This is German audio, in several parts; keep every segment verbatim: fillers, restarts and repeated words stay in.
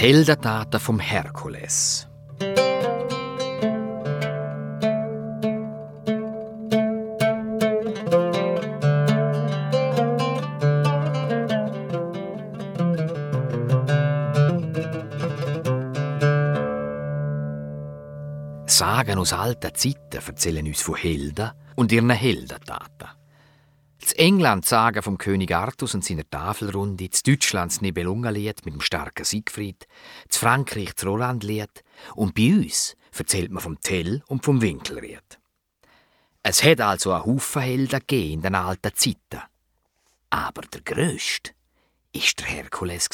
Heldentaten vom Herkules. Sagen aus alten Zeiten erzählen uns von Helden und ihren Heldentaten. In England Sagen vom König Artus und seiner Tafelrunde, in Deutschland das Nibelungenlied mit dem starken Siegfried, in Frankreich das Rolandlied und bei uns erzählt man vom Tell und vom Winkelried. Es hat also einen Haufen Helden gegeben in den alten Zeiten. Aber der grösste war der Herkules.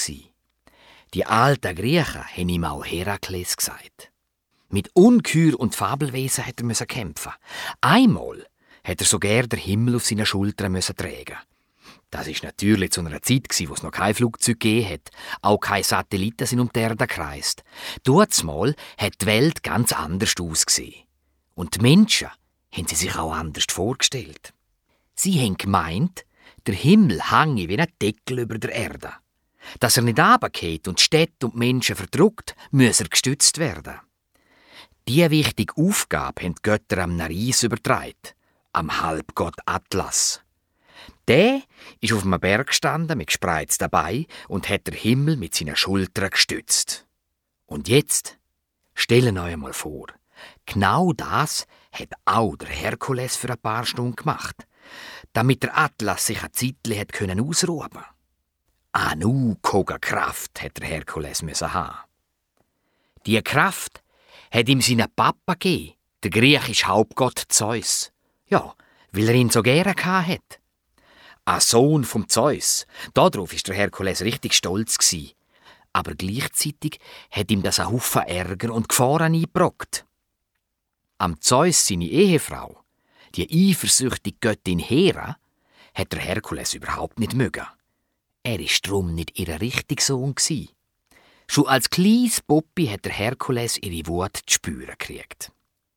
Die alten Griechen haben ihm auch Herakles gesagt. Mit Ungeheuer und Fabelwesen hat er kämpfen. Einmal hat er sogar den Himmel auf seinen Schultern tragen. Das war natürlich zu einer Zeit, wo es noch kein Flugzeug gegeben hat. Auch keine Satelliten sind um die Erde gekreist. Damals hat die Welt ganz anders ausgesehen. Und die Menschen haben sie sich auch anders vorgestellt. Sie haben gemeint, der Himmel hänge wie ein Deckel über der Erde. Dass er nicht runterfällt und die Städte und die Menschen verdrückt, muss er gestützt werden. Diese wichtige Aufgabe haben die Götter am Nereis übertragen, am Halbgott Atlas. Der ist auf einem Berg gestanden mit gespreizten Beinen und hat den Himmel mit seinen Schultern gestützt. Und jetzt, stellen euch einmal vor, genau das hat auch der Herkules für ein paar Stunden gemacht, damit der Atlas sich ein Zeitchen ausruhen konnte. Eine ungeheure Kraft hat der Herkules haben. Diese Kraft hat ihm seinen Papa gegeben, der griechische Hauptgott Zeus. Ja, weil er ihn so gerne hatte. Ein Sohn vom Zeus. Darauf war der Herkules richtig stolz. Aber gleichzeitig hat ihm das einen Haufen Ärger und Gefahren eingebrockt. Am Zeus seine Ehefrau, die eifersüchtige Göttin Hera, hat der Herkules überhaupt nicht mögen. Er war darum nicht ihr richtiger Sohn. Schon als kleines Puppi hat der Herkules ihre Wut zu spüren gekriegt.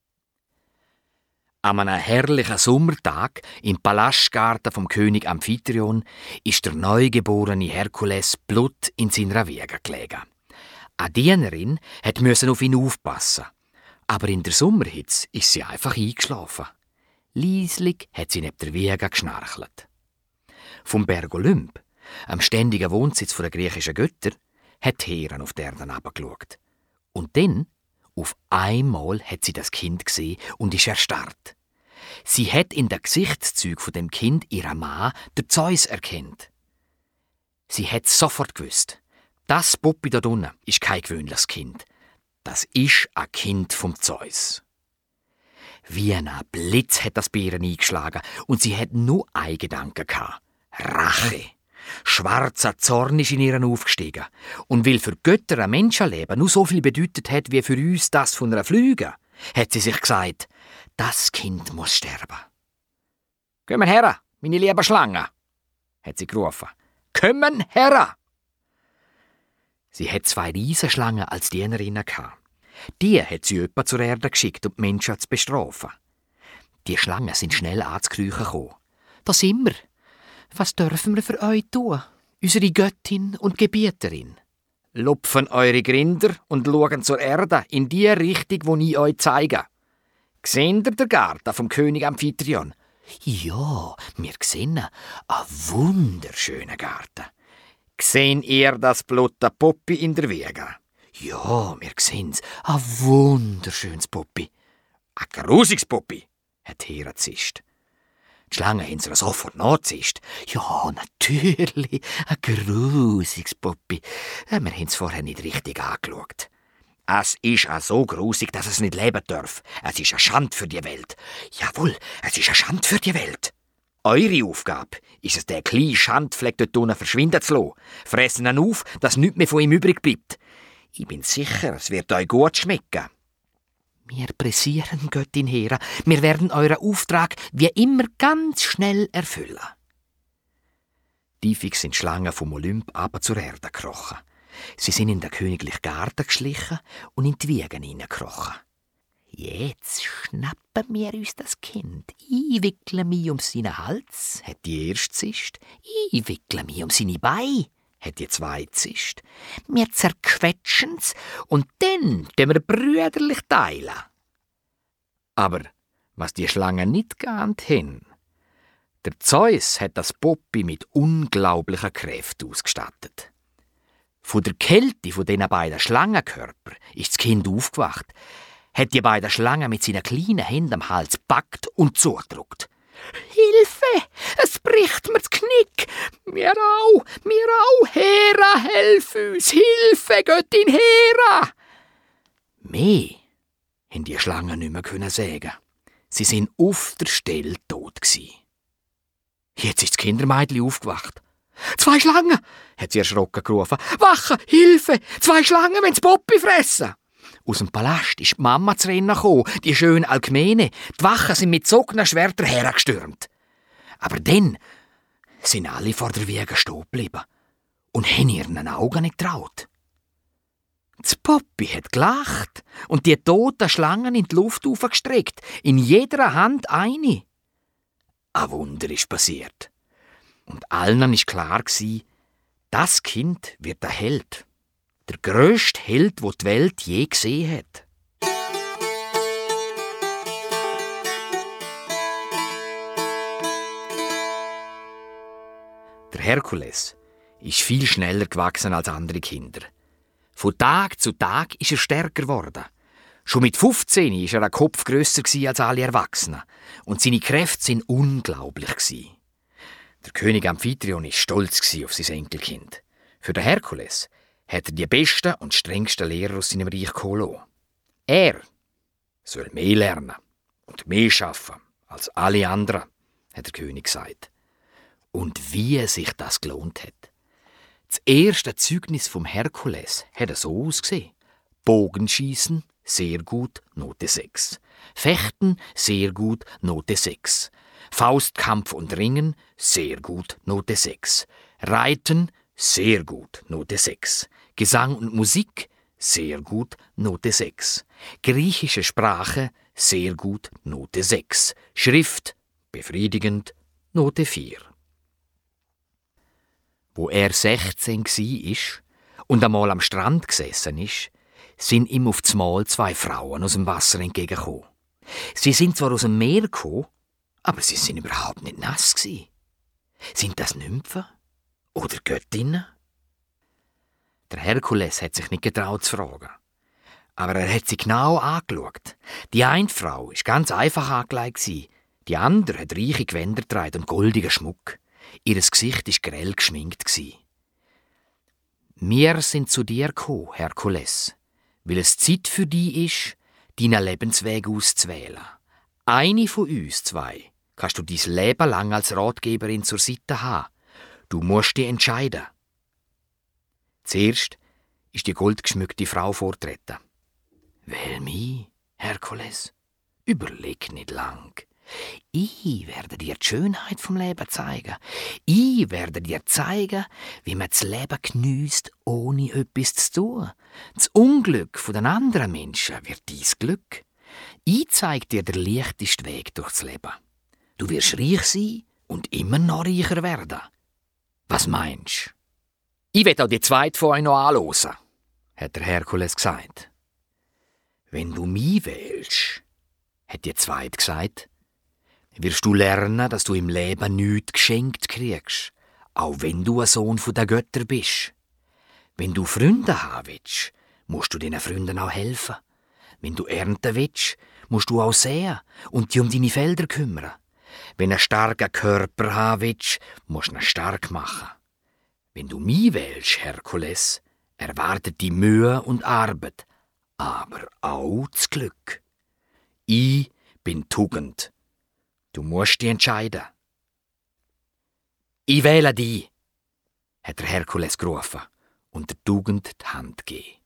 An einem herrlichen Sommertag im Palastgarten vom König Amphitryon ist der neugeborene Herkules Blut in seiner Wiege gelegen. Eine Dienerin musste auf ihn aufpassen, aber in der Sommerhitze ist sie einfach eingeschlafen. Leislich hat sie neben der Wiege geschnarchelt. Vom Berg Olymp, am ständigen Wohnsitz der griechischen Götter, hat Hera auf die Erde herabgeschaut. Und dann, auf einmal, hat sie das Kind gesehen und ist erstarrt. Sie hat in den Gesichtszügen von dem Kind ihren Mann, der Zeus, erkannt. Sie hat sofort gewusst, das Puppi da unten ist kein gewöhnliches Kind. Das ist ein Kind vom Zeus. Wie ein Blitz hat das Bären eingeschlagen und sie hat nur einen Gedanken gehabt: Rache. Schwarzer Zorn ist in ihren aufgestiegen. Und weil für Götter ein Menschenleben nur so viel bedeutet hat wie für uns das von einer Flüge, hat sie sich gesagt, das Kind muss sterben. «Kommen her, meine lieben Schlangen!» hat sie gerufen. «Kommen her!» Sie hat zwei Riesenschlangen als Dienerinnen gehabt. Die hat sie jemand zur Erde geschickt, um die Menschen zu bestrafen. Die Schlangen sind schnell anzukriechen gekommen. «Da sind wir. Was dürfen wir für euch tun, unsere Göttin und Gebieterin?» «Lupfen eure Grinder und schauen zur Erde in die Richtung, die ich euch zeige. Seht ihr den Garten vom König Amphitryon?» «Ja, wir sehen einen wunderschönen Garten.» «Seht ihr das blutige Puppi in der Wiege?» «Ja, wir sehen's, ein wunderschönes Puppi.» «Ein grusiges Puppi», hat Hera gezischt. Die Schlangen haben sie sofort nachgezischt. «Ja, natürlich, ein grusiges Puppi. Wir haben es vorher nicht richtig angeschaut.» «Es ist auch so grusig, dass es nicht leben darf. Es ist eine Schande für die Welt.» «Jawohl, es ist eine Schande für die Welt.» «Eure Aufgabe ist es, den kleinen Schandfleck dort unten verschwinden zu lassen. Fressen ihn auf, dass nichts mehr von ihm übrig bleibt. Ich bin sicher, es wird euch gut schmecken.» «Wir pressieren, Göttin Hera. Wir werden euren Auftrag wie immer ganz schnell erfüllen.» Tiefig sind Schlangen vom Olymp aber zur Erde gekrochen. Sie sind in den königlichen Garten geschlichen und in die Wiegen hineingekrochen. «Jetzt schnappen wir uns das Kind. Ich wickle mich um seinen Hals», hat die erste zischt. «Ich wickle mich um seine Beine», hat die zwei zischt. Wir zerquetschen's und dann tun wir brüderlich teilen. Aber was die Schlangen nicht geahnt haben, der Zeus hat das Poppi mit unglaublichen Kräften ausgestattet. Von der Kälte von diesen beiden Schlangenkörpern ist das Kind aufgewacht, hat die beiden Schlangen mit seinen kleinen Händen am Hals gepackt und zugedrückt. »Hilfe! Es bricht mir das Knick! Mir auch! Mir auch! Hera, helf uns! Hilfe, Göttin Hera!« Mehr haben die Schlangen nicht mehr sagen. Sie sind auf der Stelle tot gsi. Jetzt ist das Kindermeidli aufgewacht. »Zwei Schlangen!« hat sie erschrocken gerufen. »Wache! Hilfe! Zwei Schlangen wollen das Poppi fressen!« Aus dem Palast ist die Mama zu rennen gekommen, die schöne Alkmene. Die Wachen sind mit gezogenen Schwertern hergestürmt. Aber dann sind alle vor der Wiege stehen geblieben und haben ihren Augen nicht getraut. Das Poppi hat gelacht und die toten Schlangen in die Luft aufgestreckt, in jeder Hand eine. Ein Wunder ist passiert. Und allen war klar, das Kind wird der Held. Der grösste Held, den die Welt je gesehen hat. Der Herkules ist viel schneller gewachsen als andere Kinder. Von Tag zu Tag ist er stärker geworden. Schon mit fünfzehn war er ein Kopf grösser als alle Erwachsenen. Und seine Kräfte waren unglaublich. Der König Amphitryon war stolz auf sein Enkelkind. Für den Herkules hat er die besten und strengsten Lehrer aus seinem Reich geholt. Er soll mehr lernen und mehr schaffen als alle anderen, hat der König gesagt. Und wie sich das gelohnt hat. Das erste Zeugnis vom Herkules hat so ausgesehen. Bogenschießen, sehr gut, Note sechs. Fechten, sehr gut, Note sechs. Faustkampf und Ringen, sehr gut, Note sechs. Reiten, sehr gut, Note sechs. Gesang und Musik, sehr gut, Note sechs. Griechische Sprache, sehr gut, Note sechs. Schrift, befriedigend, Note vier. Wo er sechzehn war und einmal am Strand gesessen ist, sind ihm auf das Mal zwei Frauen aus dem Wasser entgegengekommen. Sie sind zwar aus dem Meer gekommen, aber sie sind überhaupt nicht nass gewesen. Sind das Nymphen oder Göttinnen? Der Herkules hat sich nicht getraut zu fragen. Aber er hat sie genau angeschaut. Die eine Frau war ganz einfach angelegt, die andere hat reiche Gewänder getragen und goldigen Schmuck. Ihr Gesicht war grell geschminkt. Wir sind zu dir gekommen, Herkules, weil es Zeit für dich ist, deinen Lebensweg auszuwählen. Eine von uns zwei kannst du dein Leben lang als Ratgeberin zur Seite haben. Du musst dich entscheiden. Zuerst ist die goldgeschmückte Frau vortreten. Wähl mich, Herkules. Überleg nicht lang. Ich werde dir die Schönheit vom Leben zeigen. Ich werde dir zeigen, wie man das Leben geniesst, ohne etwas zu tun. Das Unglück der anderen Menschen wird dein Glück. Ich zeige dir den leichtesten Weg durchs Leben. Du wirst reich sein und immer noch reicher werden. Was meinst du? Ich will auch die zweite von euch noch anhören, hat der Herkules gesagt. Wenn du mich wählst, hat die zweite gesagt, wirst du lernen, dass du im Leben nichts geschenkt kriegst, auch wenn du ein Sohn der Götter bist. Wenn du Freunde haben willst, musst du deinen Freunden auch helfen. Wenn du ernten willst, musst du auch säen und dich um deine Felder kümmern. Wenn du einen starken Körper haben willst, musst du ihn stark machen. Wenn du mich wählst, Herkules, erwartet die Mühe und Arbeit, aber auch das Glück. Ich bin Tugend. Du musst dich entscheiden. Ich wähle dich, hat der Herkules gerufen und der Tugend die Hand gegeben.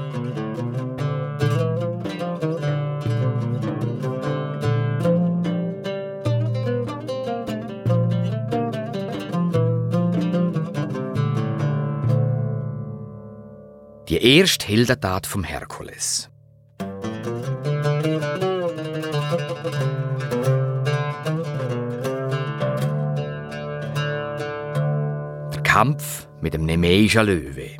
Die erste Heldentat vom Herkules. Der Kampf mit dem nemeischen Löwe.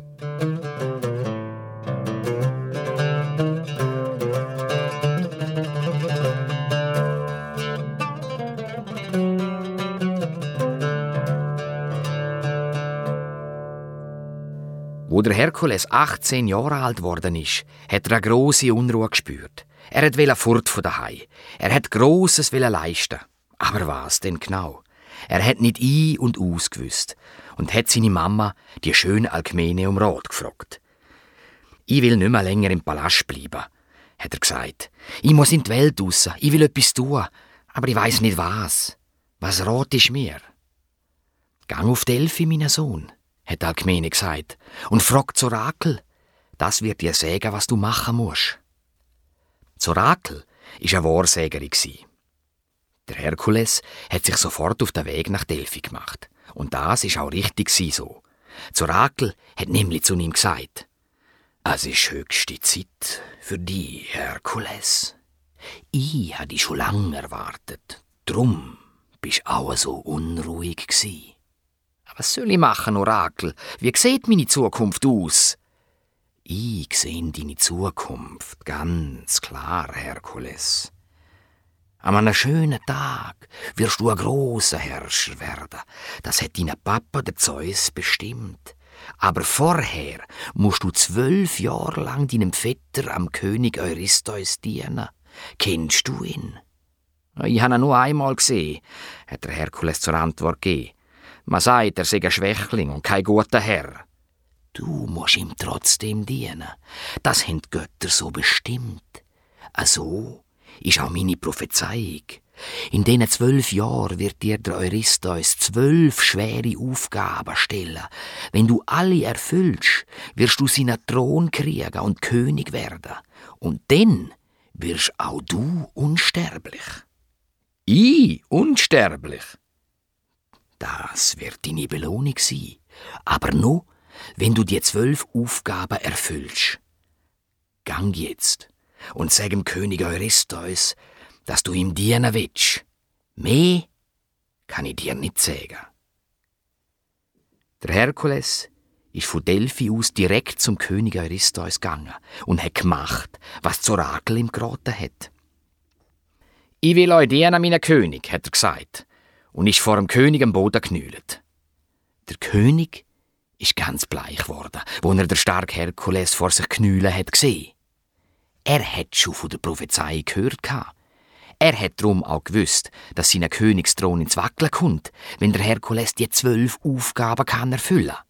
Wo der Herkules achtzehn Jahre alt geworden ist, hat er eine grosse Unruhe gespürt. Er wollte fort von daheim. Er hat Grosses leisten. Aber was denn genau? Er hat nicht ein- und aus gewusst und hat seine Mama, die schöne Alkmene, um Rat gefragt. «Ich will nicht mehr länger im Palast bleiben», hat er gesagt. «Ich muss in die Welt raus, ich will etwas tun, aber ich weiss nicht was. Was ratest du mir?» «Gang auf Delphi, mein Sohn», hat Alkmene gesagt, «und frag das Orakel. Das wird dir sagen, was du machen musst.» Das Orakel war eine Wahrsägerin. Der Herkules hat sich sofort auf den Weg nach Delphi gemacht. Und das war auch richtig so. Das Orakel hat nämlich zu ihm gesagt: «Es ist höchste Zeit für dich, Herkules. Ich habe dich schon lange erwartet. Drum bist du auch so unruhig gsi.» «Was soll ich machen, Orakel? Wie sieht meine Zukunft aus?» «Ich sehe deine Zukunft ganz klar, Herkules. An einem schönen Tag wirst du ein grosser Herrscher werden. Das hat dein Papa, der Zeus, bestimmt. Aber vorher musst du zwölf Jahre lang deinem Vetter, am König Eurystheus, dienen. Kennst du ihn?» «Ich habe ihn nur einmal gesehen», hat der Herkules zur Antwort gegeben. «Man sagt, er sei ein Schwächling und kein guter Herr.» «Du musst ihm trotzdem dienen. Das haben die Götter so bestimmt. Also ist auch meine Prophezeiung. In diesen zwölf Jahren wird dir der Eurystheus zwölf schwere Aufgaben stellen. Wenn du alle erfüllst, wirst du seinen Thron kriegen und König werden. Und dann wirst auch du unsterblich.» «Ich unsterblich?» «Das wird deine Belohnung sein. Aber nur, wenn du die zwölf Aufgaben erfüllst. Gang jetzt und sag dem König Eurystheus, dass du ihm dienen willst. Mehr kann ich dir nicht sagen.» Der Herkules ist von Delphi aus direkt zum König Eurystheus gegangen und hat gemacht, was das Orakel ihm geraten hat. «Ich will euch dienen, mein König», hat er gesagt, und ist vor dem König am Boden geknüllt. Der König ist ganz bleich geworden, als er den starken Herkules vor sich knüllen hat gesehen. Er hat schon von der Prophezeiung gehört. Er hat darum auch gewusst, dass sein Königsthron ins Wackeln kommt, wenn der Herkules die zwölf Aufgaben kann erfüllen kann.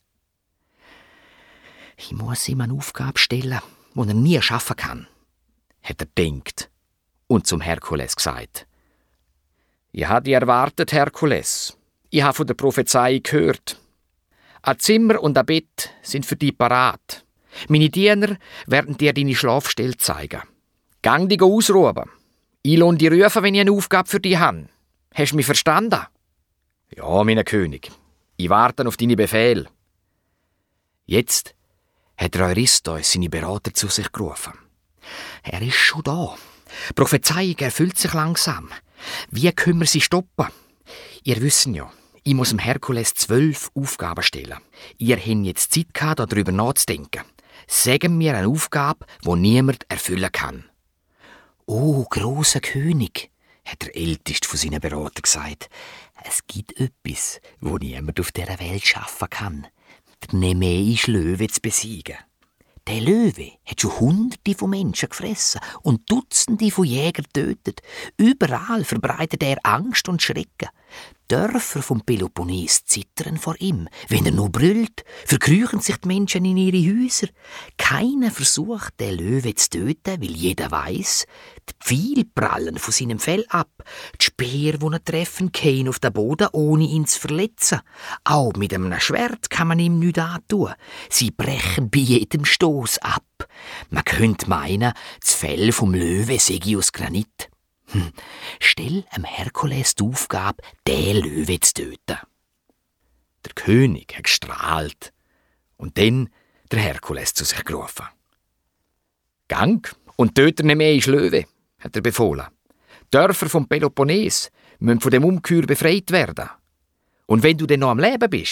«Ich muss ihm eine Aufgabe stellen, die er nie schaffen kann», hat er gedacht und zum Herkules gesagt: «Ich habe dich erwartet, Herkules. Ich habe von der Prophezeiung gehört. Ein Zimmer und ein Bett sind für dich parat. Meine Diener werden dir deine Schlafstelle zeigen. Gang dich ausruhen. Ich lohne dich rufen, wenn ich eine Aufgabe für dich habe. Hast du mich verstanden?» «Ja, mein König. Ich warte auf deine Befehle.» Jetzt hat Eurystheus seine Berater zu sich gerufen. «Er ist schon da. Die Prophezeiung erfüllt sich langsam. Wie können wir sie stoppen? Ihr wisst ja, ich muss dem Herkules zwölf Aufgaben stellen. Ihr habt jetzt Zeit gehabt, darüber nachzudenken. Sagen mir eine Aufgabe, die niemand erfüllen kann.» «Oh, grosser König», hat der Älteste von seinen Beratern gesagt, «es gibt etwas, wo niemand auf dieser Welt schaffen kann. Der nemeische Löwe zu besiegen. Der Löwe hat schon Hunderte von Menschen gefressen und Dutzende von Jägern getötet. Überall verbreitet er Angst und Schrecken. Dörfer vom Peloponnes zittern vor ihm. Wenn er nur brüllt, verkriechen sich die Menschen in ihre Häuser. Keiner versucht, den Löwe zu töten, weil jeder weiss, die Pfeile prallen von seinem Fell ab. Die Speere, die ihn treffen, fallen auf den Boden, ohne ihn zu verletzen. Auch mit einem Schwert kann man ihm nichts antun. Sie brechen bei jedem Stoß ab. Man könnte meinen, das Fell vom Löwe sei aus Granit. Hm. Stell dem Herkules die Aufgabe, den Löwe zu töten. Der König hat gestrahlt und dann der Herkules zu sich gerufen. «Gang und töte den nemeischen Löwe», hat er befohlen. «Dörfer vom Peloponnes müssen von dem Ungeheuer befreit werden. Und wenn du dann noch am Leben bist,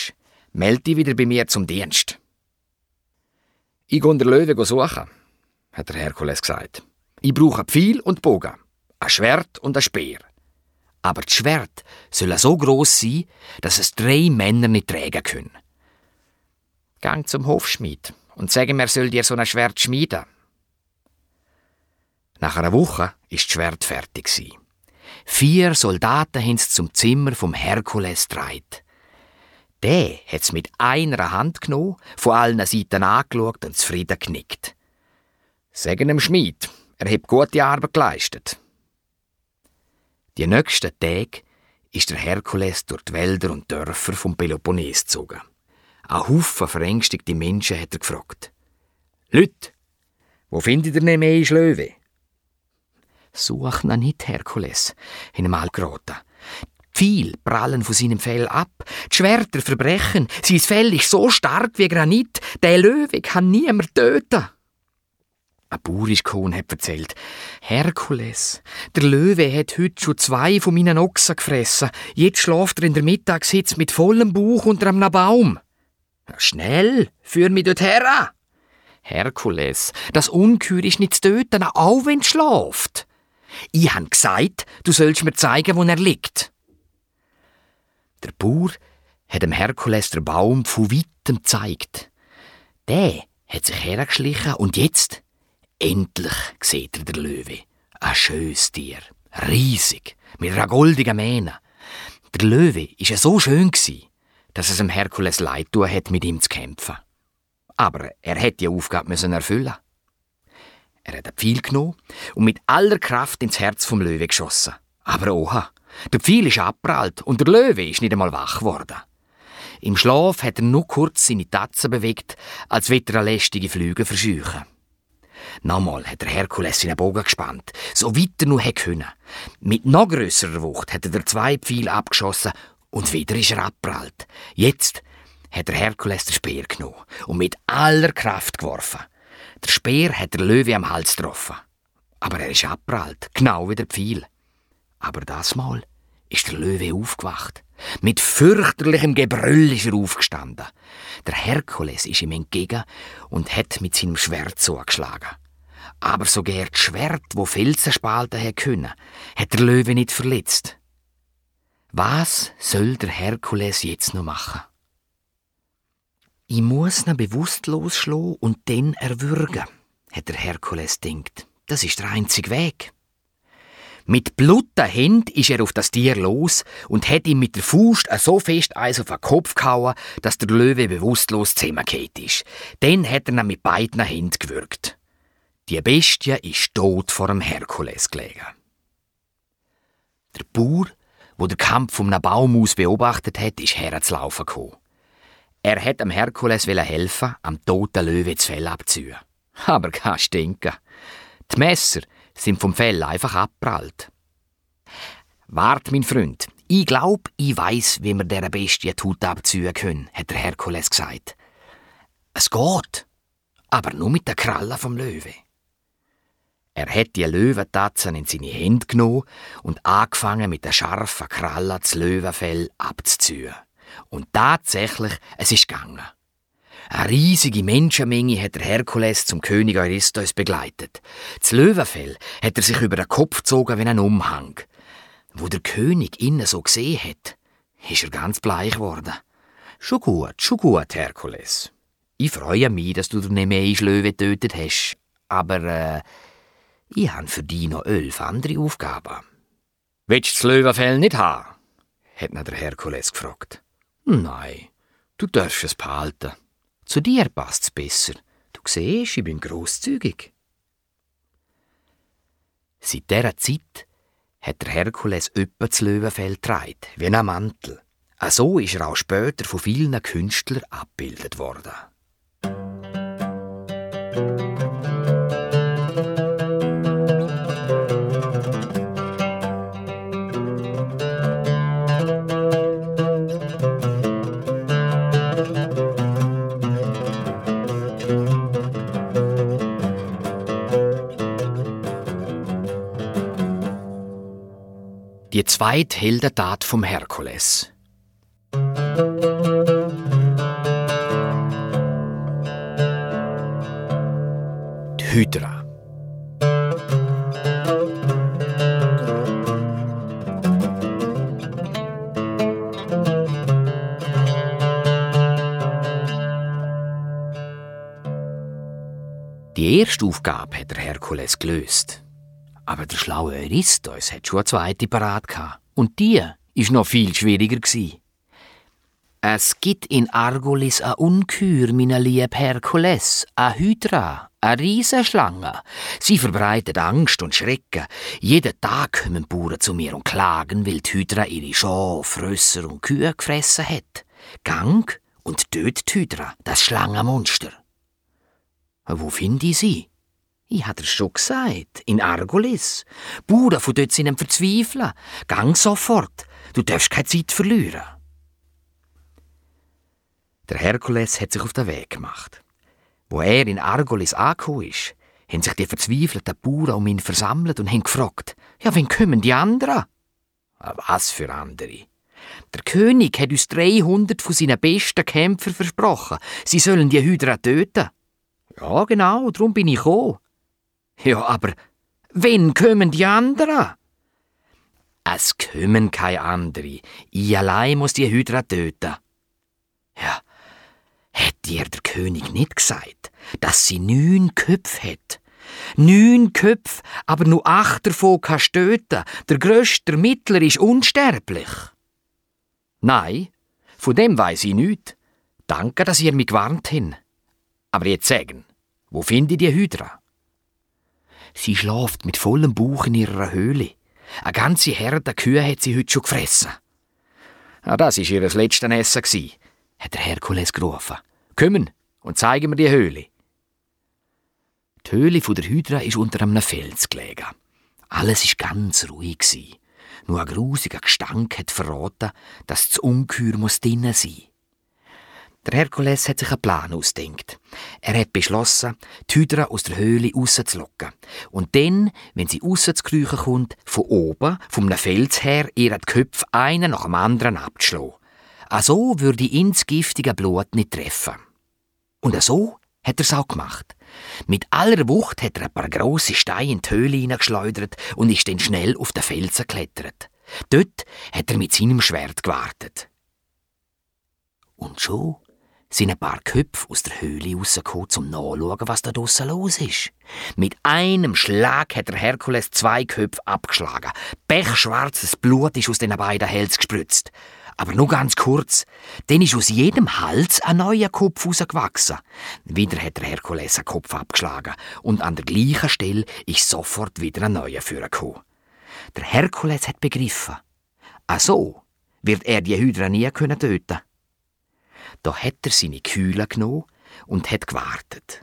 melde dich wieder bei mir zum Dienst. Ich gehe den Löwe suchen, hat der Herkules gesagt. Ich brauche Pfeil und Bogen, ein Schwert und ein Speer. Aber das Schwert soll so gross sein, dass es drei Männer nicht tragen können. Gang zum Hofschmied und sag ihm, er soll dir so ein Schwert schmieden. Nach einer Woche war das Schwert fertig. Vier Soldaten haben es zum Zimmer vom Herkules getragen. Der hat es mit einer Hand genommen, von allen Seiten angeschaut und zufrieden genickt. Sagen dem Schmied, er hat gute Arbeit geleistet. Die nächsten Tage ist der Herkules durch die Wälder und Dörfer vom Peloponnes gezogen. Ein Haufen verängstigte Menschen hat er gefragt. «Leute, wo findet ihr Nemeis Löwe?» «Such ihn nicht, Herkules», hat ihm mal geraten. «Die Pfeile prallen von seinem Fell ab, die Schwerter verbrechen, sein Fell ist so stark wie Granit, der Löwe kann niemand töten.» Ein Bauer ist gekommen und hat erzählt: «Herkules, der Löwe hat heute schon zwei von meinen Ochsen gefressen. Jetzt schläft er in der Mittagshitze mit vollem Bauch unter einem Baum.» «Schnell, führ mich dort her!» «Herkules, das Ungeheuer ist nicht zu töten, auch wenn es schläft. Ich habe gesagt, du sollst mir zeigen, wo er liegt.» Der Bauer hat dem Herkules den Baum von weitem gezeigt. Der hat sich hergeschlichen und jetzt, endlich sieht er den Löwe. Ein schönes Tier, riesig, mit einer goldigen Mähne. Der Löwe war ja so schön, dass es dem Herkules leid tun hat, mit ihm zu kämpfen. Aber er hätte die Aufgabe erfüllen. Er hat einen Pfeil genommen und mit aller Kraft ins Herz vom Löwe geschossen. Aber oha, der Pfeil ist abgeprallt und der Löwe ist nicht einmal wach geworden. Im Schlaf hat er nur kurz seine Tatzen bewegt, als wollte er eine lästige Flüge verscheuchen. Nochmal hat der Herkules seinen Bogen gespannt, so weit er nur konnte. Mit noch grösserer Wucht hat er zwei Pfeile abgeschossen und wieder ist er abgeprallt. Jetzt hat der Herkules den Speer genommen und mit aller Kraft geworfen. Der Speer hat der Löwe am Hals getroffen. Aber er ist abgeprallt, genau wie der Pfeil. Aber das Mal ist der Löwe aufgewacht. Mit fürchterlichem Gebrüll ist er aufgestanden. Der Herkules ist ihm entgegen und hat mit seinem Schwert zugeschlagen. Aber sogar das Schwert, wo Felsen spalten hätte können, hat der Löwe nicht verletzt. Was soll der Herkules jetzt noch machen? «Ich muss ihn bewusstlos schlagen und dann erwürgen», hat der Herkules gedacht. Das ist der einzige Weg. Mit blutigen Händen ist er auf das Tier los und hat ihm mit der Faust so fest eins auf den Kopf gehauen, dass der Löwe bewusstlos zusammengefallen ist. Dann hat er ihn mit beiden Händen gewürgt. Die Bestie ist tot vor dem Herkules gelegen. Der Bauer, der den Kampf von einem Baum aus beobachtet hat, ist herzulaufen gekommen. Er hat dem Herkules helfen, am toten Löwe das Fell abzuziehen. Aber kein Stinken. Die Messer sind vom Fell einfach abgeprallt. «Wart, mein Freund, ich glaub, ich weiss, wie wir dieser Bestie die Haut abziehen können», hat der Herkules gesagt. «Es geht, aber nur mit der Kralle vom Löwe.» Er hat die Löwentatzen in seine Hände genommen und angefangen, mit der scharfen Kralle das Löwenfell abzuziehen. Und tatsächlich, es ist gegangen. Eine riesige Menschenmenge hat der Herkules zum König Eurystheus begleitet. Das Löwenfell hat er sich über den Kopf gezogen wie ein Umhang. Wo der König ihn so gesehen hat, ist er ganz bleich geworden. «Schon gut, schon gut, Herkules. Ich freue mich, dass du den Nemeis Löwe getötet hast. Aber äh, ich habe für dich noch elf andere Aufgaben.» «Willst du das Löwenfell nicht haben?» hat ihn der Herkules gefragt. «Nein, du darfst es behalten. Zu dir passt es besser. Du siehst, ich bin grosszügig.» Seit dieser Zeit hat der Herkules öppe das Löwenfell getragen, wie ein Mantel. So ist er auch später von vielen Künstlern abgebildet worden. Die zweite Heldentat vom Herkules. Hydra. Die erste Aufgabe hat der Herkules gelöst. Aber der schlaue Eurystheus hat schon eine zweite parat gehabt. Und die war noch viel schwieriger. Es gibt in Argolis eine Unkür, meine liebe Herkules, eine Hydra, eine Riesenschlange. Sie verbreitet Angst und Schrecken. Jeden Tag kommen Bauern zu mir und klagen, weil die Hydra ihre Schafe, Rösser und Kühe gefressen hat. Gang und töt die Hydra, das Schlangenmonster. Wo finde ich sie? Ich hatte es schon gesagt, in Argolis. Bauern von dort sind verzweifeln. Gang sofort, du darfst keine Zeit verlieren. Der Herkules hat sich auf den Weg gemacht. Wo er in Argolis angekommen ist, haben sich die verzweifelten Bauern um ihn versammelt und haben gefragt, ja, wann kommen die anderen? Was für andere? Der König hat uns dreihundert von seinen besten Kämpfern versprochen. Sie sollen die Hydra töten. Ja, genau, darum bin ich gekommen. Ja, aber wann kommen die anderen? Es kommen keine anderen. Ich allein muss die Hydra töten. Ja, hat dir der König nicht gesagt, dass sie neun Köpfe hat? Neun Köpfe, aber nur acht davon kannst du töten. Der grösste, der Mittler, ist unsterblich. Nein, von dem weiss ich nichts. Danke, dass ihr mich gewarnt habt. Aber jetzt sagen, wo finde ich die Hydra? Sie schläft mit vollem Bauch in ihrer Höhle. Eine ganze Herde Kühe hat sie heute schon gefressen. Ah, das war ihr letztes Essen, hat der Herkules gerufen. Kommen und zeigen mir die Höhle. Die Höhle der Hydra ist unter einem Fels gelegen. Alles war ganz ruhig. Nur ein grusiger Gestank hat verraten, dass das Ungeheuer drinnen sein muss. Der Herkules hat sich einen Plan ausgedacht. Er hat beschlossen, die Hydra aus der Höhle rauszulocken. Und dann, wenn sie rauszukriechen kommt, von oben, vom Fels her, ihr die Köpfe einen nach dem anderen abzuschlagen. So würde ihn das giftige Blut nicht treffen. Und so hat er es auch gemacht. Mit aller Wucht hat er ein paar grosse Steine in die Höhle hineingeschleudert und ist dann schnell auf den Felsen geklettert. Dort hat er mit seinem Schwert gewartet. Und schon sind ein paar Köpfe aus der Höhle rausgekommen, um nachzuschauen, was da draussen los ist. Mit einem Schlag hat der Herkules zwei Köpfe abgeschlagen. Pechschwarzes Blut ist aus den beiden Hälsen gespritzt. Aber nur ganz kurz. Dann ist aus jedem Hals ein neuer Kopf rausgewachsen. Wieder hat der Herkules einen Kopf abgeschlagen und an der gleichen Stelle ist sofort wieder ein neuer vorgekommen. Der Herkules hat begriffen, ach so wird er die Hydra nie töten können. Da hat er seine Kühle genommen und hat gewartet.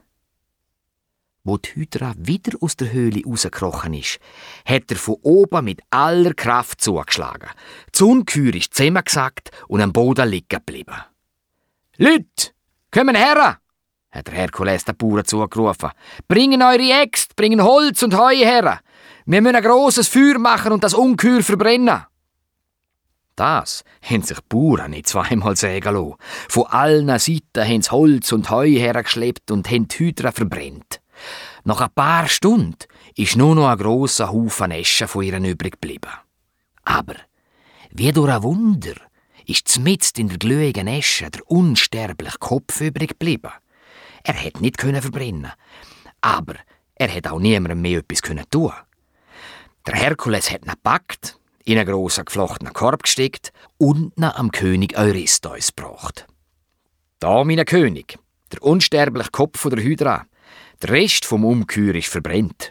Wo die Hydra wieder aus der Höhle rausgekrochen ist, hat er von oben mit aller Kraft zugeschlagen. Das Ungeheuer ist zusammengesackt und am Boden liegen geblieben. «Leute, kommen her!» hat der Herkules den Bauern zugerufen. «Bringen eure Äxte, bringen Holz und Heu her! Wir müssen ein grosses Feuer machen und das Ungeheuer verbrennen!» Das haben sich die Bauern nicht zweimal sagen lassen. Von allen Seiten haben sie Holz und Heu hergeschleppt und haben die Hydra verbrennt. Nach ein paar Stunden ist nur noch ein grosser Haufen Asche von ihnen übrig geblieben. Aber, wie durch ein Wunder, ist mitten in der glühigen Asche der unsterbliche Kopf übrig geblieben. Er hätte nicht verbrennen, aber er hätte auch niemandem mehr etwas tun. Der Herkules hat ihn gepackt, in einen grossen geflochtenen Korb gesteckt und ihn am König Eurystheus gebracht. Da, mein König, der unsterbliche Kopf der Hydra. Der Rest vom Ungeheuer ist verbrennt.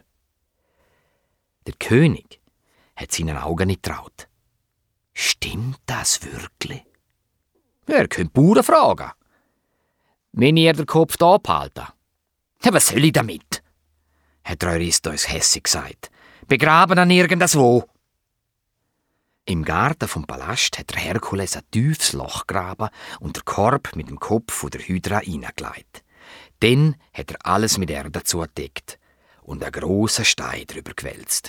Der König hat seinen Augen nicht getraut. Stimmt das wirklich? Er könnte Bauern fragen. Wenn ihr den Kopf da behalten? Ja, was soll ich damit? Hat Eurystheus hässig gesagt. Begraben an irgendwo. Im Garten vom Palast hat der Herkules ein tiefes Loch gegraben und den Korb mit dem Kopf der Hydra hineingelegt. Dann hat er alles mit Erde zugedeckt und einen grossen Stein drüber gewälzt.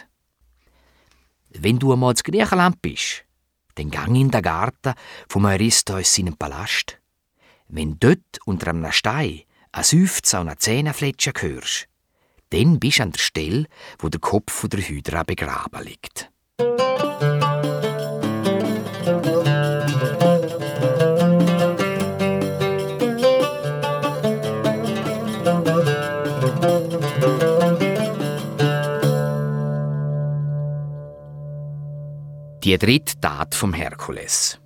Wenn du einmal in Griechenland bist, dann gang in den Garten vom Eurystheus seinem Palast. Wenn dort unter einem Stein ein Seufzen und ein Zähnefletschen hörst, Dann bist du an der Stelle, wo der Kopf der Hydra begraben liegt. Die dritte Tat vom Herkules.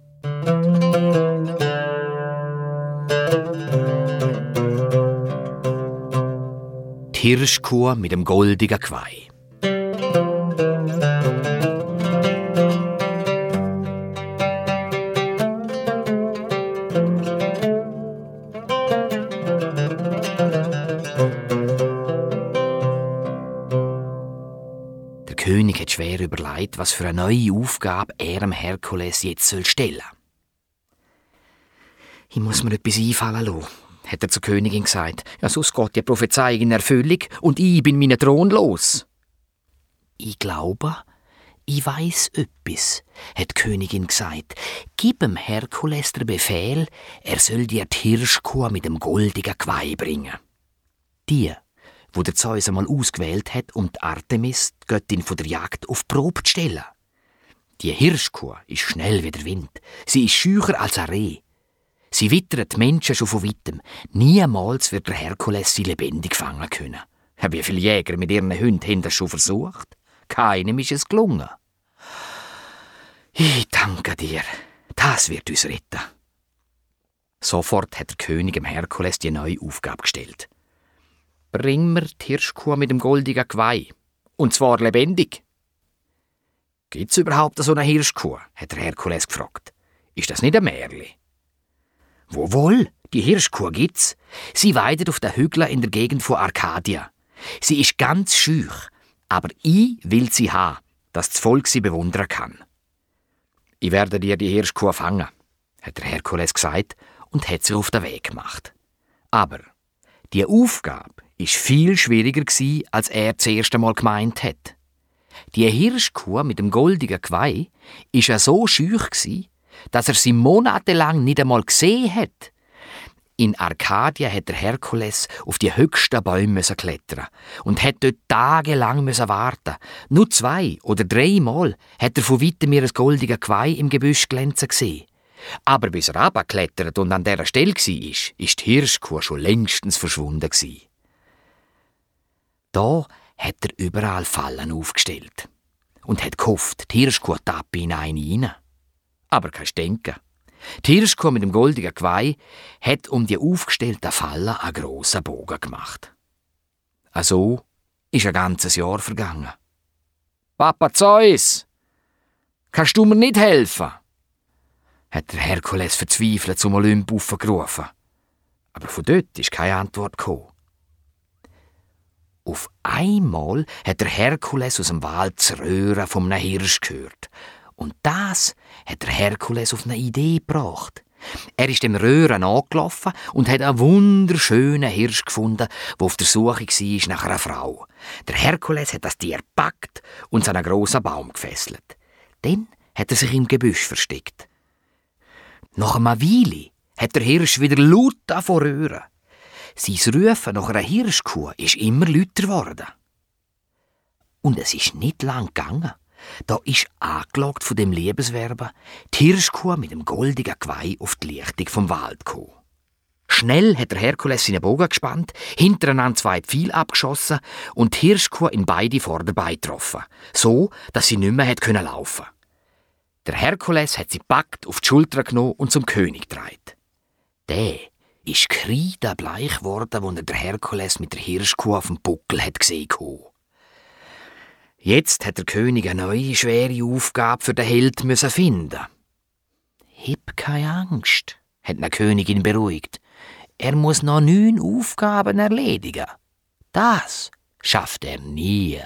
Die Hirschkuh mit dem goldigen Geweih. Der König hat schwer überlegt, was für eine neue Aufgabe er dem Herkules jetzt stellen soll. Ich muss mir etwas einfallen lassen, hat er zur Königin gesagt. Ja, sonst geht die Prophezeiung in Erfüllung und ich bin meinen Thron los. Ich glaube, ich weiss etwas, hat die Königin gesagt. Gib dem Herkules den Befehl, er soll dir die Hirschkuh mit dem goldigen Geweih bringen. Die, wo der Zeus einmal ausgewählt hat, um die Artemis, die Göttin von der Jagd, auf die Probe zu stellen. Die Hirschkuh ist schnell wie der Wind. Sie ist scheucher als ein Reh. Sie wittert die Menschen schon von weitem. Niemals wird der Herkules sie lebendig fangen können. Wie viele Jäger mit ihren Hunden haben das schon versucht? Keinem ist es gelungen. Ich danke dir. Das wird uns retten. Sofort hat der König dem Herkules die neue Aufgabe gestellt. Bring mir die Hirschkuh mit dem goldigen Geweih. Und zwar lebendig. Gibt's überhaupt so eine Hirschkuh? Hat der Herkules gefragt. Ist das nicht ein Märchen? Wohl, die Hirschkuh gibt's. Sie weidet auf den Hügeln in der Gegend von Arkadia. Sie ist ganz schüch, aber ich will sie haben, dass das Volk sie bewundern kann. Ich werde dir die Hirschkuh fangen, hat der Herkules gesagt und hat sie auf den Weg gemacht. Aber die Aufgabe ist viel schwieriger gsi, als er das erste Mal gemeint hat. Die Hirschkuh mit dem goldigen Geweih ist ja so schüch gsi, dass er sie monatelang nicht einmal gesehen hat. In Arkadia hat der Herkules auf die höchsten Bäume klettern und hat dort tagelang warten. Nur zwei oder dreimal hat er von weitem ihr goldiges Geweih im Gebüsch glänzen gesehen. Aber bis er runtergeklettert und an dieser Stelle war, ist die Hirschkuh schon längstens verschwunden gewesen. Da hat er überall Fallen aufgestellt und hat gehofft, die Hirschkuh tappe in eine rein. Aber kein Denken. Die Hirschkuh mit dem goldigen Geweih hat um die aufgestellten Fallen einen grossen Bogen gemacht. Also ist ein ganzes Jahr vergangen. »Papa Zeus, kannst du mir nicht helfen?« hat der Herkules verzweifelt zum Olymp gerufen. Aber von dort ist keine Antwort gekommen. Auf einmal hat der Herkules aus dem Wald das Röhren von einem Hirsch gehört. Und das hat der Herkules auf eine Idee gebracht. Er ist dem Röhren angelaufen und hat einen wunderschönen Hirsch gefunden, der auf der Suche war nach einer Frau. Der Herkules hat das Tier gepackt und zu einem grossen Baum gefesselt. Dann hat er sich im Gebüsch versteckt. Nach einer Weile hat der Hirsch wieder laut davon röhren. Sein Rufen nach einer Hirschkuh ist immer lauter geworden. Und es ist nicht lang gegangen. Da ist angelockt von dem Liebeswerben die Hirschkuh mit dem goldigen Geweih auf die Lichtung vom Wald gekommen. Schnell hat der Herkules seinen Bogen gespannt, hintereinander zwei Pfeile abgeschossen und die Hirschkuh in beide Vorderbeine getroffen, so dass sie nicht mehr hat können laufen. Der Herkules hat sie gepackt, auf die Schulter genommen und zum König getragen. Der ist kreidebleich geworden, als er der Herkules mit der Hirschkuh auf dem Buckel hat gesehen hat. Jetzt hat der König eine neue, schwere Aufgabe für den Held müssen finden. »Hab keine Angst«, hat die Königin beruhigt. »Er muss noch neun Aufgaben erledigen. Das schafft er nie.«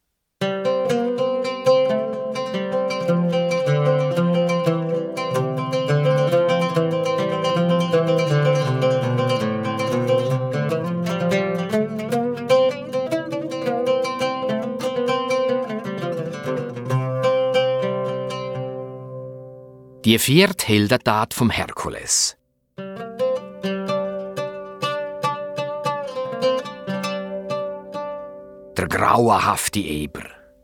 Die vierte Heldentat vom Herkules. der grauenhafte Eber.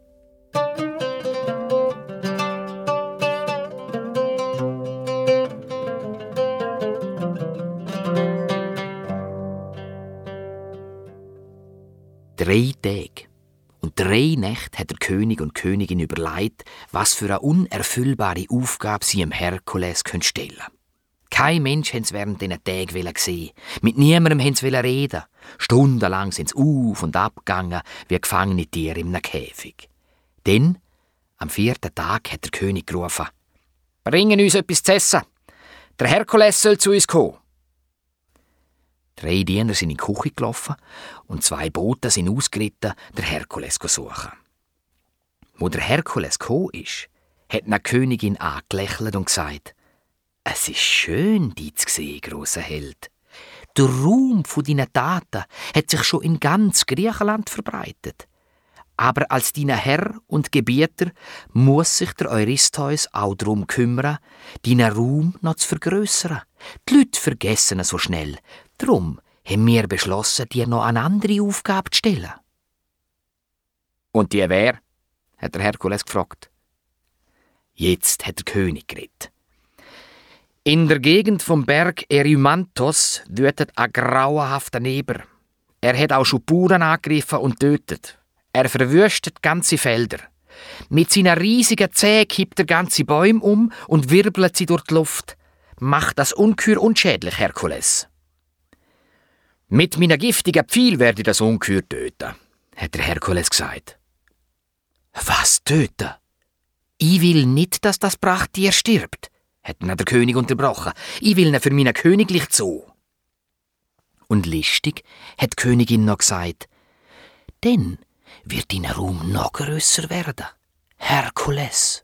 Drei Tage und drei Nächte hat der König und die Königin überlegt, was für eine unerfüllbare Aufgabe sie dem Herkules stellen können. Kein Mensch wollte es während diesen Tagen sehen. Mit niemandem wollten sie reden. Stundenlang sind sie auf und ab gegangen, wie gefangene Tiere in einem Käfig. Dann, am vierten Tag, hat der König gerufen: «Bringen uns etwas zu essen. Der Herkules soll zu uns kommen.» Drei Diener sind in die Küche gelaufen und zwei Boten sind ausgeritten, den Herkules zu suchen. Wo der Herkules gekommen ist, hat die Königin angelächelt und gesagt: «Es ist schön, dich zu sehen, grosser Held. Der Ruhm von deinen Taten hat sich schon in ganz Griechenland verbreitet. Aber als dein Herr und Gebieter muss sich der Eurystheus auch darum kümmern, deinen Ruhm noch zu vergrössern. Die Leute vergessen ihn so schnell. Darum haben wir beschlossen, dir noch eine andere Aufgabe zu stellen.» «Und die wer?» hat der Herkules gefragt. Jetzt hat der König geredet. «In der Gegend vom Berg Erymanthos wütet ein grauenhafter Eber. Er hat auch schon Bauern angegriffen und tötet. Er verwüstet ganze Felder. Mit seinen riesigen Zähnen kippt er ganze Bäume um und wirbelt sie durch die Luft. Macht das Ungeheuer unschädlich, Herkules.» «Mit meinen giftigen Pfeil werde ich das Ungeheuer töten», hat der Herkules gesagt. «Was töten? Ich will nicht, dass das Prachttier stirbt», hat ihn der König unterbrochen. «Ich will ihn für meinen königlichen Zoo.» Und listig hat die Königin noch gesagt: «Dann wird dein Ruhm noch grösser werden, Herkules.»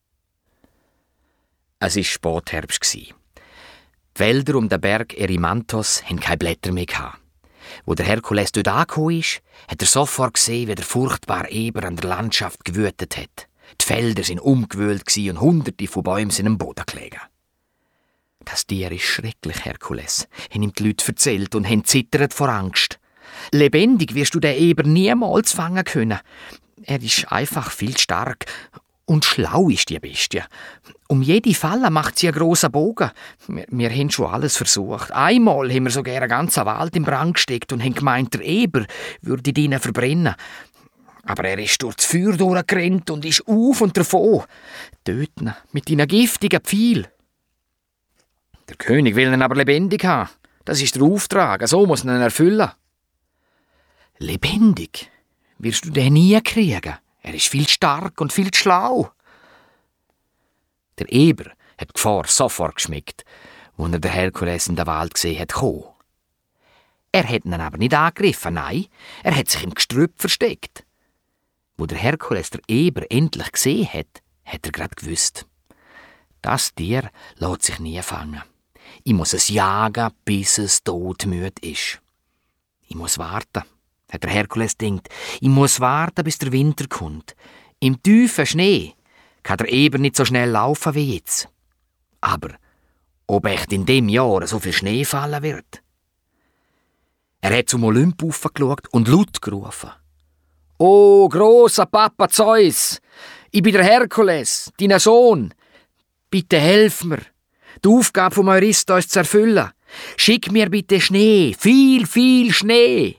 Es war Spätherbst. Die Wälder um den Berg Erymanthos hatten keine Blätter mehr. Wo der Herkules dort angekommen ist, hat er sofort gesehen, wie der furchtbare Eber an der Landschaft gewütet hat. Die Felder waren umgewühlt und Hunderte von Bäumen sind am Boden gelegen. «Das Tier ist schrecklich, Herkules», haben ihm die Leute erzählt und haben zittert vor Angst. «Lebendig wirst du den Eber niemals fangen können. Er ist einfach viel stark. Und schlau ist die Bestie. Um jede Falle macht sie einen grossen Bogen. Wir, wir haben schon alles versucht. Einmal haben wir sogar einen ganzen Wald in Brand gesteckt und haben gemeint, der Eber würde ihn verbrennen. Aber er ist durch das Feuer durchgerannt und ist auf und davon. Töten mit deinen giftigen Pfeil. Der König will ihn aber lebendig haben. Das ist der Auftrag, so muss man ihn erfüllen.» «Lebendig wirst du den nie kriegen. Er ist viel stark und viel schlau.» Der Eber hat die Gefahr sofort geschmeckt, als er den Herkules in der Wald gesehen hat kommen. Er hat ihn aber nicht angegriffen, nein, er hat sich im Gestrüpp versteckt. Wo der Herkules der Eber endlich gesehen hat, hat er gerade gewusst: Das Tier lässt sich nie fangen. Ich muss es jagen, bis es todmüde ist. Ich muss warten, hat der Herkules gedacht. Ich muss warten, bis der Winter kommt. Im tiefen Schnee kann der Eber nicht so schnell laufen wie jetzt. Aber ob echt in dem Jahr so viel Schnee fallen wird? Er hat zum Olymp aufgeschaut und laut gerufen: «Oh, grosser Papa Zeus, ich bin der Herkules, dein Sohn. Bitte helf mir, die Aufgabe vom Eurystheus zu erfüllen. Schick mir bitte Schnee, viel, viel Schnee.»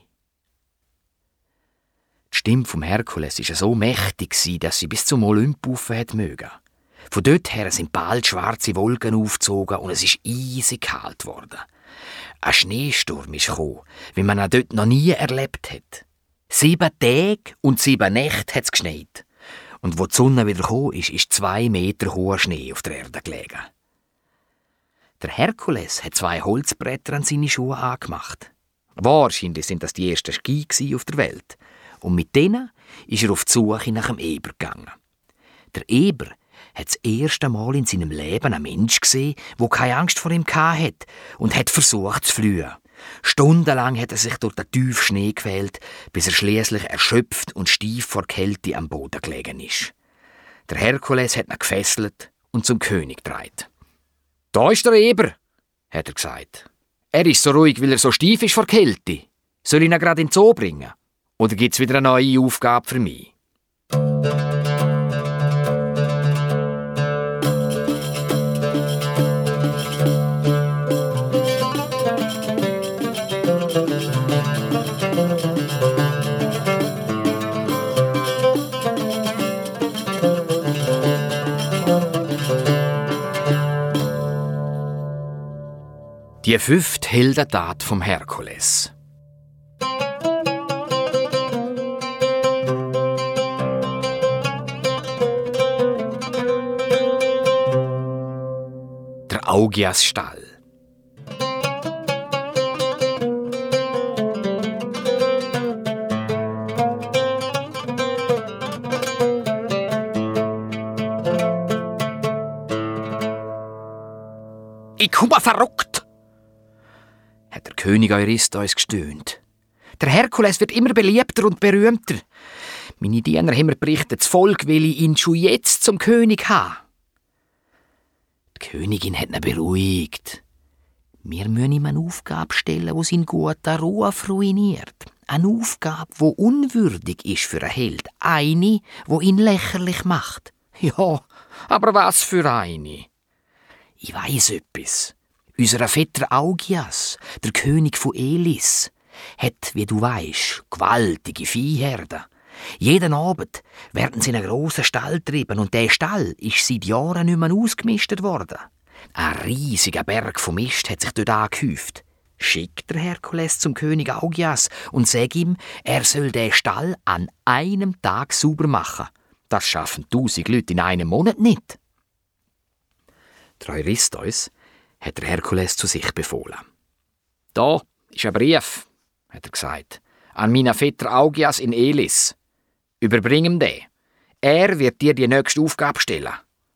Die Stimme vom Herkules war so mächtig, dass sie bis zum Olymp rauf hat mögen. Von dort her sind bald schwarze Wolken aufgezogen und es ist eisig kalt geworden. Ein Schneesturm ist gekommen, wie man ihn dort noch nie erlebt hat. Sieben Tage und sieben Nächte hat es geschneit. Und wo die Sonne wieder gekommen ist, ist zwei Meter hoher Schnee auf der Erde gelegen. Der Herkules hat zwei Holzbretter an seine Schuhe angemacht. Wahrscheinlich sind das die ersten Ski auf der Welt. Und mit denen ist er auf die Suche nach dem Eber gegangen. Der Eber hat das erste Mal in seinem Leben einen Mensch gesehen, der keine Angst vor ihm hatte und hat versucht zu fliehen. Stundenlang hat er sich durch den tiefen Schnee gequält, bis er schließlich erschöpft und steif vor Kälte am Boden gelegen ist. Der Herkules hat ihn gefesselt und zum König getragen. «Da ist der Eber», hat er gesagt. «Er ist so ruhig, weil er so steif ist vor Kälte. Soll ich ihn gerade in den Zoo bringen? Oder gibt es wieder eine neue Aufgabe für mich? Die fünfte Heldentat vom Herkules. Der Augias Stall. Ich komme verrückt, hat der König Eurystheus gestöhnt. Der Herkules wird immer beliebter und berühmter. Meine Diener haben mir berichtet, das Volk will ihn schon jetzt zum König haben. Die Königin hat ihn beruhigt. Wir müssen ihm eine Aufgabe stellen, die seinen guten Ruf ruiniert. Eine Aufgabe, die unwürdig ist für einen Held. Eine, die ihn lächerlich macht. Ja, aber was für eine? Ich weiss etwas. Unser Vetter Augias, der König von Elis, hat, wie du weisst, gewaltige Viehherden. Jeden Abend werden sie in einen grossen Stall getrieben und der Stall ist seit Jahren nicht mehr ausgemistet worden. Ein riesiger Berg von Mist hat sich dort angehäuft. Schickt der Herkules zum König Augias und sagt ihm, er soll den Stall an einem Tag sauber machen. Das schaffen tausend Leute in einem Monat nicht. Der Eurystheus hat der Herkules zu sich befohlen. »Da ist ein Brief«, hat er gesagt, »an meinen Vetter Augias in Elis. Überbring ihm den. Er wird dir die nächste Aufgabe stellen.«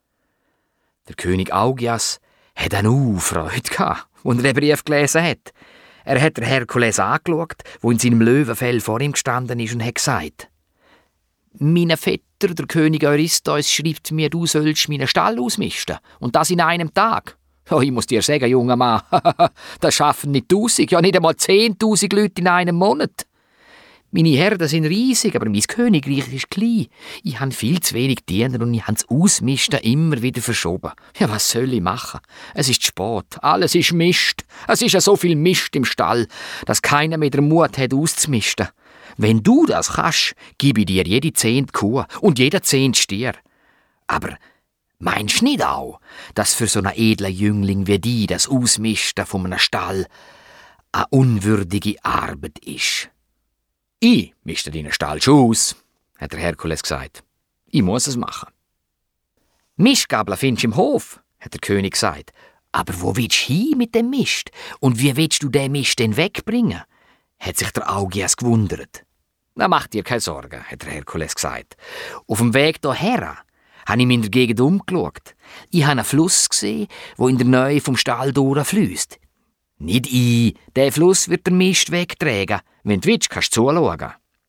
Der König Augias hat eine Freude gehabt, als er den Brief gelesen hat. Er hat den Herkules angeschaut, der in seinem Löwenfell vor ihm gestanden ist, und hat gesagt, »Mein Vetter, der König Eurystheus, schreibt mir, du sollst meinen Stall ausmisten. Und das in einem Tag. Ja, ich muss dir sagen, junger Mann, das schaffen nicht tausend, ja nicht einmal zehntausend Leute in einem Monat. Meine Herden sind riesig, aber mein Königreich ist klein. Ich habe viel zu wenig Diener und ich habe das Ausmisten immer wieder verschoben. Ja, was soll ich machen? Es ist spät, alles ist Mist. Es ist ja so viel Mist im Stall, dass keiner mehr den Mut hat, auszumisten. Wenn du das kannst, gebe ich dir jede zehnte Kuh und jeder zehnte Stier. Aber meinst du nicht auch, dass für so einen edlen Jüngling wie die das Ausmisten von einem Stall eine unwürdige Arbeit ist? Ich mischte deinen Stall schon aus, hat der Herkules gesagt. Ich muss es machen. Mistgabeln findest du im Hof, hat der König gesagt. Aber wo willst du hin mit dem Mist? Und wie willst du den Mist denn wegbringen? Hat sich der Augias gewundert. Na, mach dir keine Sorgen, hat der Herkules gesagt. Auf dem Weg hierher habe ich mich in der Gegend umgeschaut. Ich habe einen Fluss gesehen, der in der Nähe vom Stall durchfliesst. Nicht ich, der Fluss wird den Mist wegtragen. Wenn du willst, kannst du zuschauen.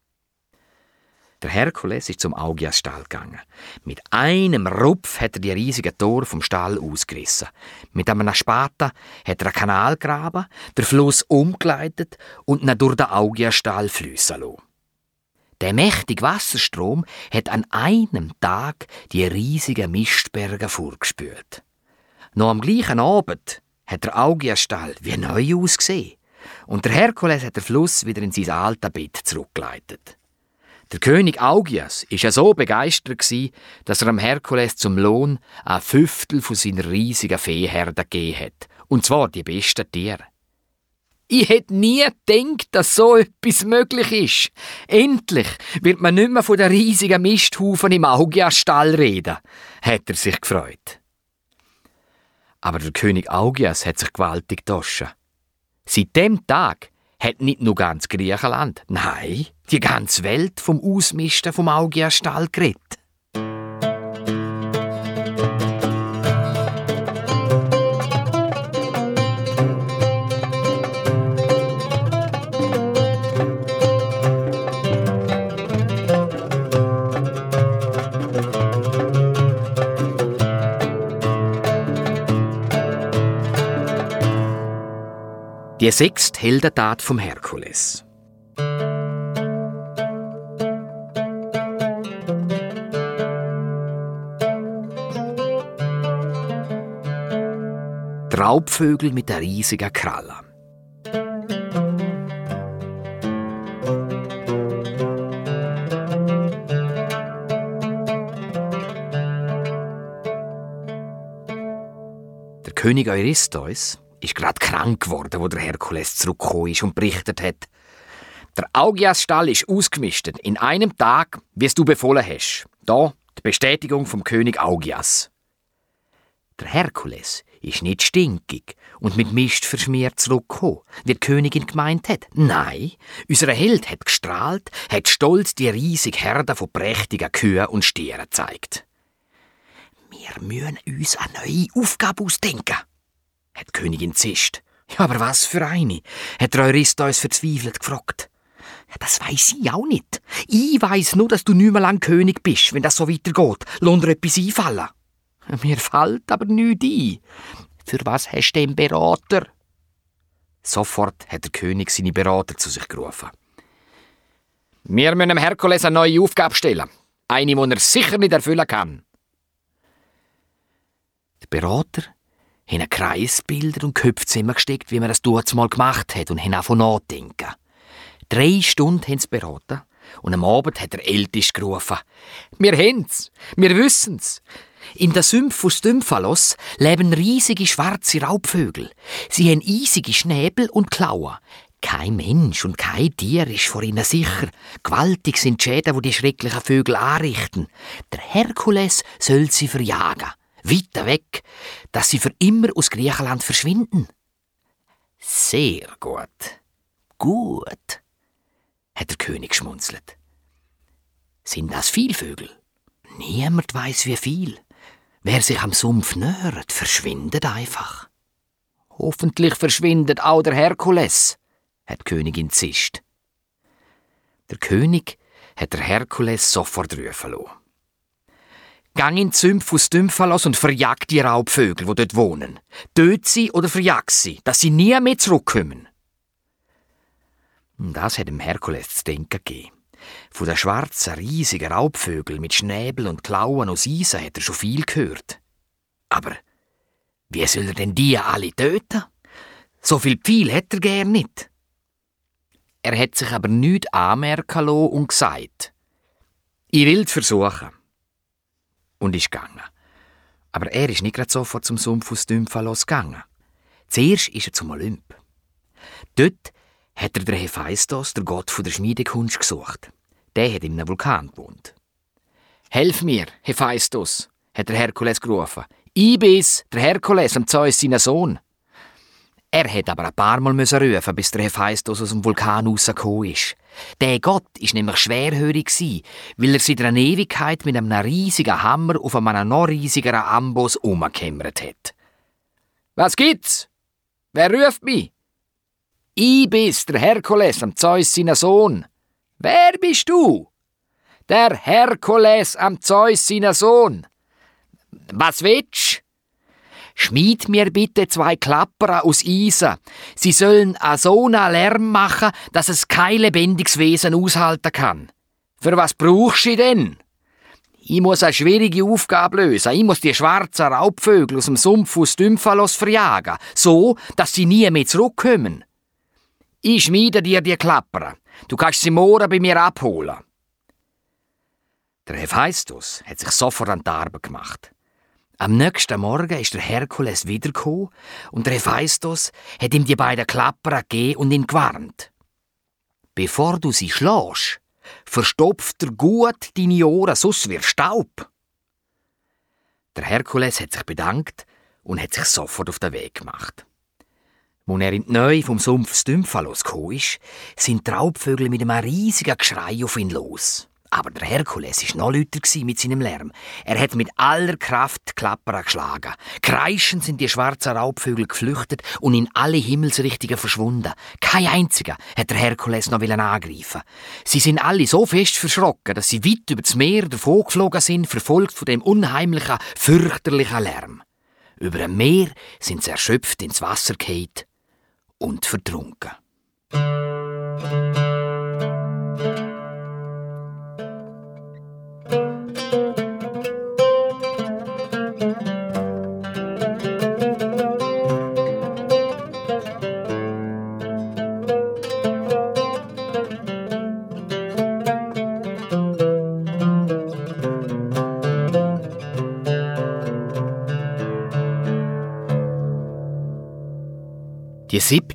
Der Herkules ist zum Augias Stall gegangen. Mit einem Rupf hat er die riesigen Tore vom Stall ausgerissen. Mit einem Spaten hat er einen Kanal gegraben, den Fluss umgeleitet und ihn durch den Augias Stall fliessen lassen. Der mächtige Wasserstrom hat an einem Tag die riesigen Mistberge vorgespült. Noch am gleichen Abend hat der Augias Stall wie neu ausgesehen und der Herkules hat den Fluss wieder in sein altes Bett zurückgeleitet. Der König Augias war ja so begeistert, dass er dem Herkules zum Lohn ein Fünftel von seiner riesigen Viehherde gegeben hat. Und zwar die besten Tiere. Ich hätte nie gedacht, dass so etwas möglich ist. Endlich wird man nicht mehr von den riesigen Misthaufen im Augias-Stall reden, hat er sich gefreut. Aber der König Augias hat sich gewaltig getauscht. Seit dem Tag hat nicht nur ganz Griechenland, nein, die ganze Welt vom Ausmisten vom Augias-Stall geredet. Die sechste Heldentat vom Herkules. Raubvögel mit der riesigen Kralle. Der König Eurystheus ist gerade krank geworden, wo der Herkules zurückgekommen ist und berichtet hat: Der Augiasstall ist ausgemistet in einem Tag, wie es du befohlen hast. Da die Bestätigung vom König Augias. Der Herkules ist nicht stinkig und mit Mist verschmiert zurückgekommen, wie die Königin gemeint hat. Nein, unser Held hat gestrahlt, hat stolz die riesige Herde von prächtigen Kühen und Stieren gezeigt. Wir müssen uns eine neue Aufgabe ausdenken, hat die Königin zischt. Ja, aber was für eine? Hat der Eurystheus verzweifelt gefragt. Ja, das weiss ich auch nicht. Ich weiss nur, dass du nicht mehr lang König bist, wenn das so weitergeht. Lass dir etwas einfallen. Mir fällt aber nichts ein. Für was hast du den Berater? Sofort hat der König seine Berater zu sich gerufen. Wir müssen dem Herkules eine neue Aufgabe stellen. Eine, die er sicher nicht erfüllen kann. Die Berater haben einen Kreisbilder und Köpfe zusammengesteckt, wie man das damals mal gemacht hat, und haben angefangen nachdenken. Drei Stunden haben sie beraten und am Abend hat der Älteste gerufen: Wir haben's, wir wissen's. In den Sümpfen aus Stymphalos leben riesige schwarze Raubvögel. Sie haben eisige Schnäbel und Klauen. Kein Mensch und kein Tier ist vor ihnen sicher. Gewaltig sind die Schäden, die die schrecklichen Vögel anrichten. Der Herkules soll sie verjagen. Weiter weg, dass sie für immer aus Griechenland verschwinden. Sehr gut. Gut, hat der König geschmunzelt. Sind das viele Vögel? Niemand weiß wie viel. Wer sich am Sumpf nähert, verschwindet einfach. Hoffentlich verschwindet auch der Herkules, hat die Königin zischt. Der König hat der Herkules sofort rufen lassen. Gang in die Sümpfe aus Stymphalos und verjag die Raubvögel, die dort wohnen. Töt sie oder verjag sie, dass sie nie mehr zurückkommen. Das hat dem Herkules zu denken gegeben. Von den schwarzen, riesigen Raubvögeln mit Schnäbel und Klauen aus Eisen hat er schon viel gehört. Aber wie soll er denn die alle töten? So viel Pfeil hat er gern nicht. Er hat sich aber nichts anmerken lassen und gesagt: Ich will es versuchen. Und ist gegangen. Aber er ist nicht gerade sofort zum Sumpf aus Stymphalos gegangen. Zuerst ist er zum Olymp. Dort hat er den Hephaistos, der Gott der Schmiedekunst, gesucht. Der hat in einem Vulkan gewohnt. «Helf mir, Hephaistos», hat der Herkules gerufen. «Ich bin's, der Herkules, am Zeus seinen Sohn». Er hat aber ein paar Mal rufen, bis der Hephaistos aus dem Vulkan rausgekommen ist. Der Gott war nämlich schwerhörig, weil er seit einer Ewigkeit mit einem riesigen Hammer auf einem noch riesigeren Amboss umgekämmert hat. «Was gibt's? Wer ruft mich?» «Ich bin's, der Herkules, am Zeus seinen Sohn». «Wer bist du?» «Der Herkules, am Zeus seinen Sohn». «Was willst du?» «Schmied mir bitte zwei Klapperer aus Eisen. Sie sollen a so einen Lärm machen, dass es kein lebendiges Wesen aushalten kann.» «Für was brauchst du denn?» «Ich muss eine schwierige Aufgabe lösen. Ich muss die schwarzen Raubvögel aus dem Sumpf aus Stymphalos verjagen, so, dass sie nie mehr zurückkommen.» «Ich schmiede dir die Klapperer. Du kannst sie morgen bei mir abholen.» Der Hephaistos hat sich sofort an die Arbeit gemacht. Am nächsten Morgen ist der Herkules wiedergekommen und der Hephaistos hat ihm die beiden Klapperer gegeben und ihn gewarnt. «Bevor du sie schlägst, verstopft er gut deine Ohren, sonst wird Staub.» Der Herkules hat sich bedankt und hat sich sofort auf den Weg gemacht. Als er in die Nähe vom Sumpf Stymphalos gekommen ist, sind die Raubvögel mit einem riesigen Geschrei auf ihn los. Aber der Herkules war noch lauter mit seinem Lärm. Er hat mit aller Kraft die Klapperer geschlagen. Kreischend sind die schwarzen Raubvögel geflüchtet und in alle Himmelsrichtungen verschwunden. Kein einziger hat der Herkules noch angreifen. Sie sind alle so fest verschrocken, dass sie weit über das Meer davongeflogen sind, verfolgt von dem unheimlichen, fürchterlichen Lärm. Über dem Meer sind sie erschöpft ins Wasser gefallen und vertrunken.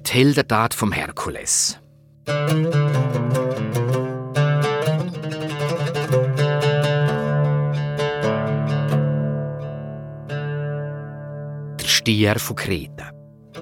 Die Heldentat vom Herkules. Der Stier von Kreta.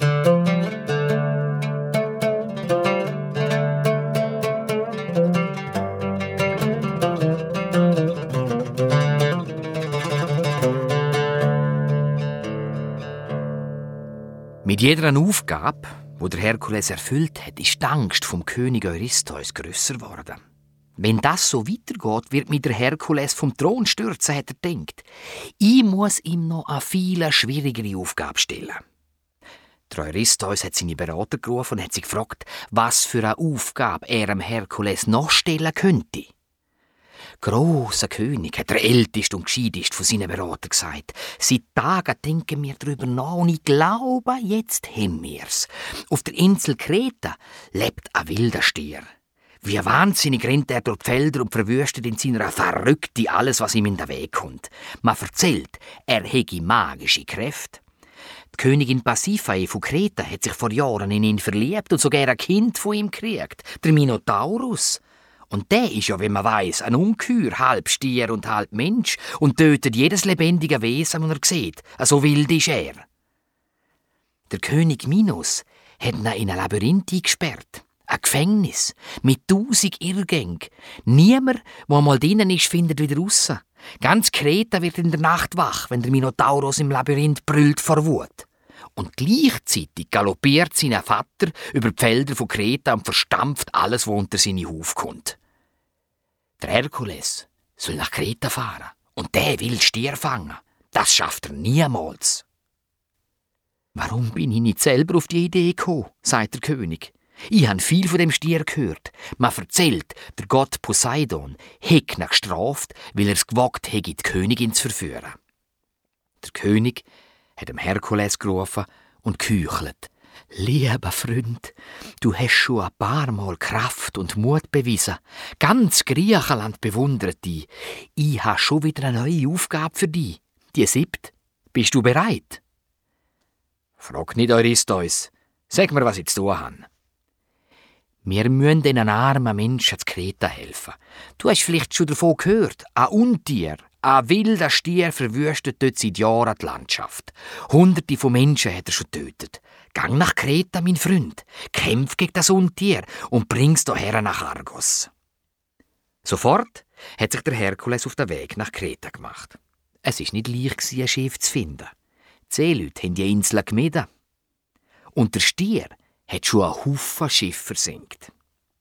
Mit jeder Aufgabe, die der Herkules erfüllt hat, ist die Angst vom König Eurystheus grösser geworden. Wenn das so weitergeht, wird mich der Herkules vom Thron stürzen, hat er gedacht. Ich muss ihm noch eine viel schwierigere Aufgabe stellen. Der Eurystheus hat seine Berater gerufen und hat sie gefragt, was für eine Aufgabe er dem Herkules noch stellen könnte. «Grosser König», hat der älteste und gescheiteste von seinen Beratern gesagt. «Seit Tagen denken wir darüber nach und ich glaube, jetzt haben wir's. Auf der Insel Kreta lebt ein wilder Stier. Wie wahnsinnig rennt er durch die Felder und verwüstet in seiner Verrückte alles, was ihm in den Weg kommt. Man erzählt, er hätte magische Kräfte. Die Königin Pasiphae von Kreta hat sich vor Jahren in ihn verliebt und sogar ein Kind von ihm gekriegt, der Minotaurus. Und der ist ja, wie man weiss, ein Ungeheuer, halb Stier und halb Mensch und tötet jedes lebendige Wesen, das er sieht. So wild ist er. Der König Minos hat ihn in ein Labyrinth eingesperrt. Ein Gefängnis mit tausend Irrgängen. Niemand, der mal drinnen ist, findet wieder raus. Ganz Kreta wird in der Nacht wach, wenn der Minotaurus im Labyrinth brüllt vor Wut. Und gleichzeitig galoppiert sein Vater über die Felder von Kreta und verstampft alles, was unter seine Hufe kommt. Der Herkules soll nach Kreta fahren und der will Stier fangen. Das schafft er niemals. «Warum bin ich nicht selber auf die Idee gekommen?» sagt der König. «Ich habe viel von dem Stier gehört. Man erzählt, der Gott Poseidon hätte ihn gestraft, weil er es gewagt hätte, die Königin zu verführen.» Der König hat dem Herkules gerufen und gekeuchelt. «Lieber Freund, du hast schon ein paar Mal Kraft und Mut bewiesen. Ganz Griechenland bewundert dich. Ich habe schon wieder eine neue Aufgabe für dich. Die siebte. Bist du bereit?» «Frag nicht, Eurystheus. Sag mir, was ich zu tun habe.» «Wir müssen einen armen Menschen zu Kreta helfen. Du hast vielleicht schon davon gehört. Ein Untier, ein wilder Stier verwüstet dort seit Jahren die Landschaft. Hunderte von Menschen hat er schon getötet. Gang nach Kreta, mein Freund. Kämpf gegen das Untier und bring's hierher nach Argos.» Sofort hat sich der Herkules auf den Weg nach Kreta gemacht. Es war nicht leicht, ein Schiff zu finden. Die Seeleute haben die Insel gemieden. Und der Stier hat schon einen Haufen Schiffe versenkt.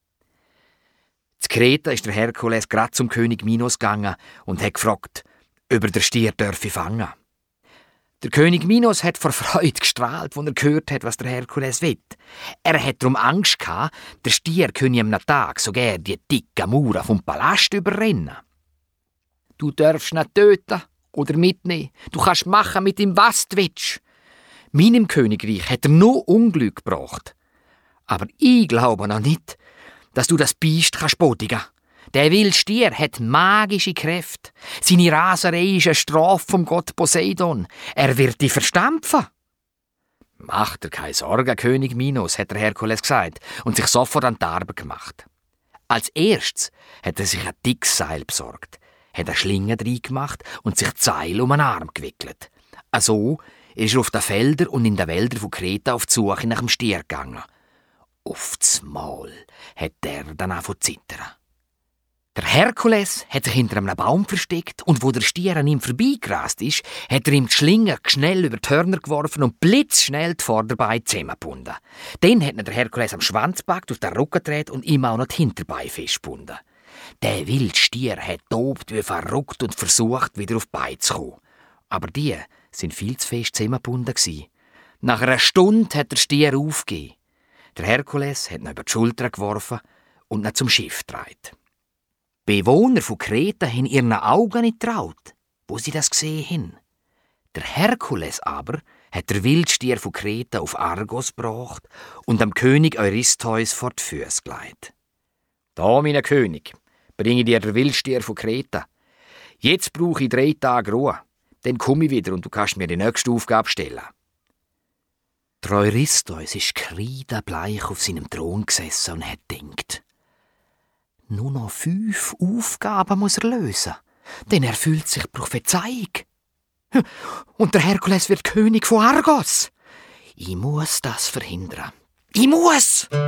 Zu Kreta ist der Herkules gerade zum König Minos gegangen und hat gefragt, ob er den Stier dürfe fangen. Der König Minos hat vor Freude gestrahlt, als er gehört hat, was der Herkules will. Er hat darum Angst gehabt, der Stier könne am Tag sogar die dicken Mauern vom Palast überrennen. «Du darfst ihn töten oder mitnehmen. Du kannst machen mit ihm, was du willst. Meinem Königreich hat er nur Unglück gebracht. Aber ich glaube noch nicht, dass du das Biest kannst bodigen. Der wilde Stier hat magische Kräfte. Seine Raserei ist eine Strafe vom Gott Poseidon. Er wird dich verstampfen.» «Mach dir keine Sorgen, König Minos», hat der Herkules gesagt und sich sofort an die Arbeit gemacht. Als erstes hat er sich ein dickes Seil besorgt, hat eine Schlinge reingemacht und sich die Seil um den Arm gewickelt. So ist er auf den Feldern und in den Wäldern von Kreta auf die Suche nach dem Stier gegangen. Auf das Mal hat er dann angefangen zu zittern. Der Herkules hat sich hinter einem Baum versteckt und wo der Stier an ihm vorbeigerast ist, hat er ihm die Schlinge schnell über die Hörner geworfen und blitzschnell die Vorderbeine zusammengebunden. Dann hat ihn der Herkules am Schwanz gepackt, auf den Rücken gedreht und ihm auch noch die Hinterbeine festgebunden. Der wilde Stier hat tobt wie verrückt und versucht, wieder auf die Beine zu kommen. Aber die sind viel zu fest zusammengebunden gewesen. Nach einer Stunde hat der Stier aufgegeben. Der Herkules hat ihn über die Schulter geworfen und ihn zum Schiff getragen. Die Bewohner von Kreta haben ihren Augen nicht getraut, wo sie das gesehen haben. Der Herkules aber hat der Wildstier von Kreta auf Argos gebracht und dem König Eurystheus vor die Füße gelegt. «Da, mein König, bringe dir den Wildstier von Kreta. Jetzt brauche ich drei Tage Ruhe. Dann komme ich wieder und du kannst mir die nächste Aufgabe stellen.» Der Eurystheus ist kreidebleich auf seinem Thron gesessen und hat gedacht: Nur noch fünf Aufgaben muss er lösen. Dann erfüllt sich die Prophezeiung. Und der Herkules wird König von Argos. Ich muss das verhindern. Ich muss!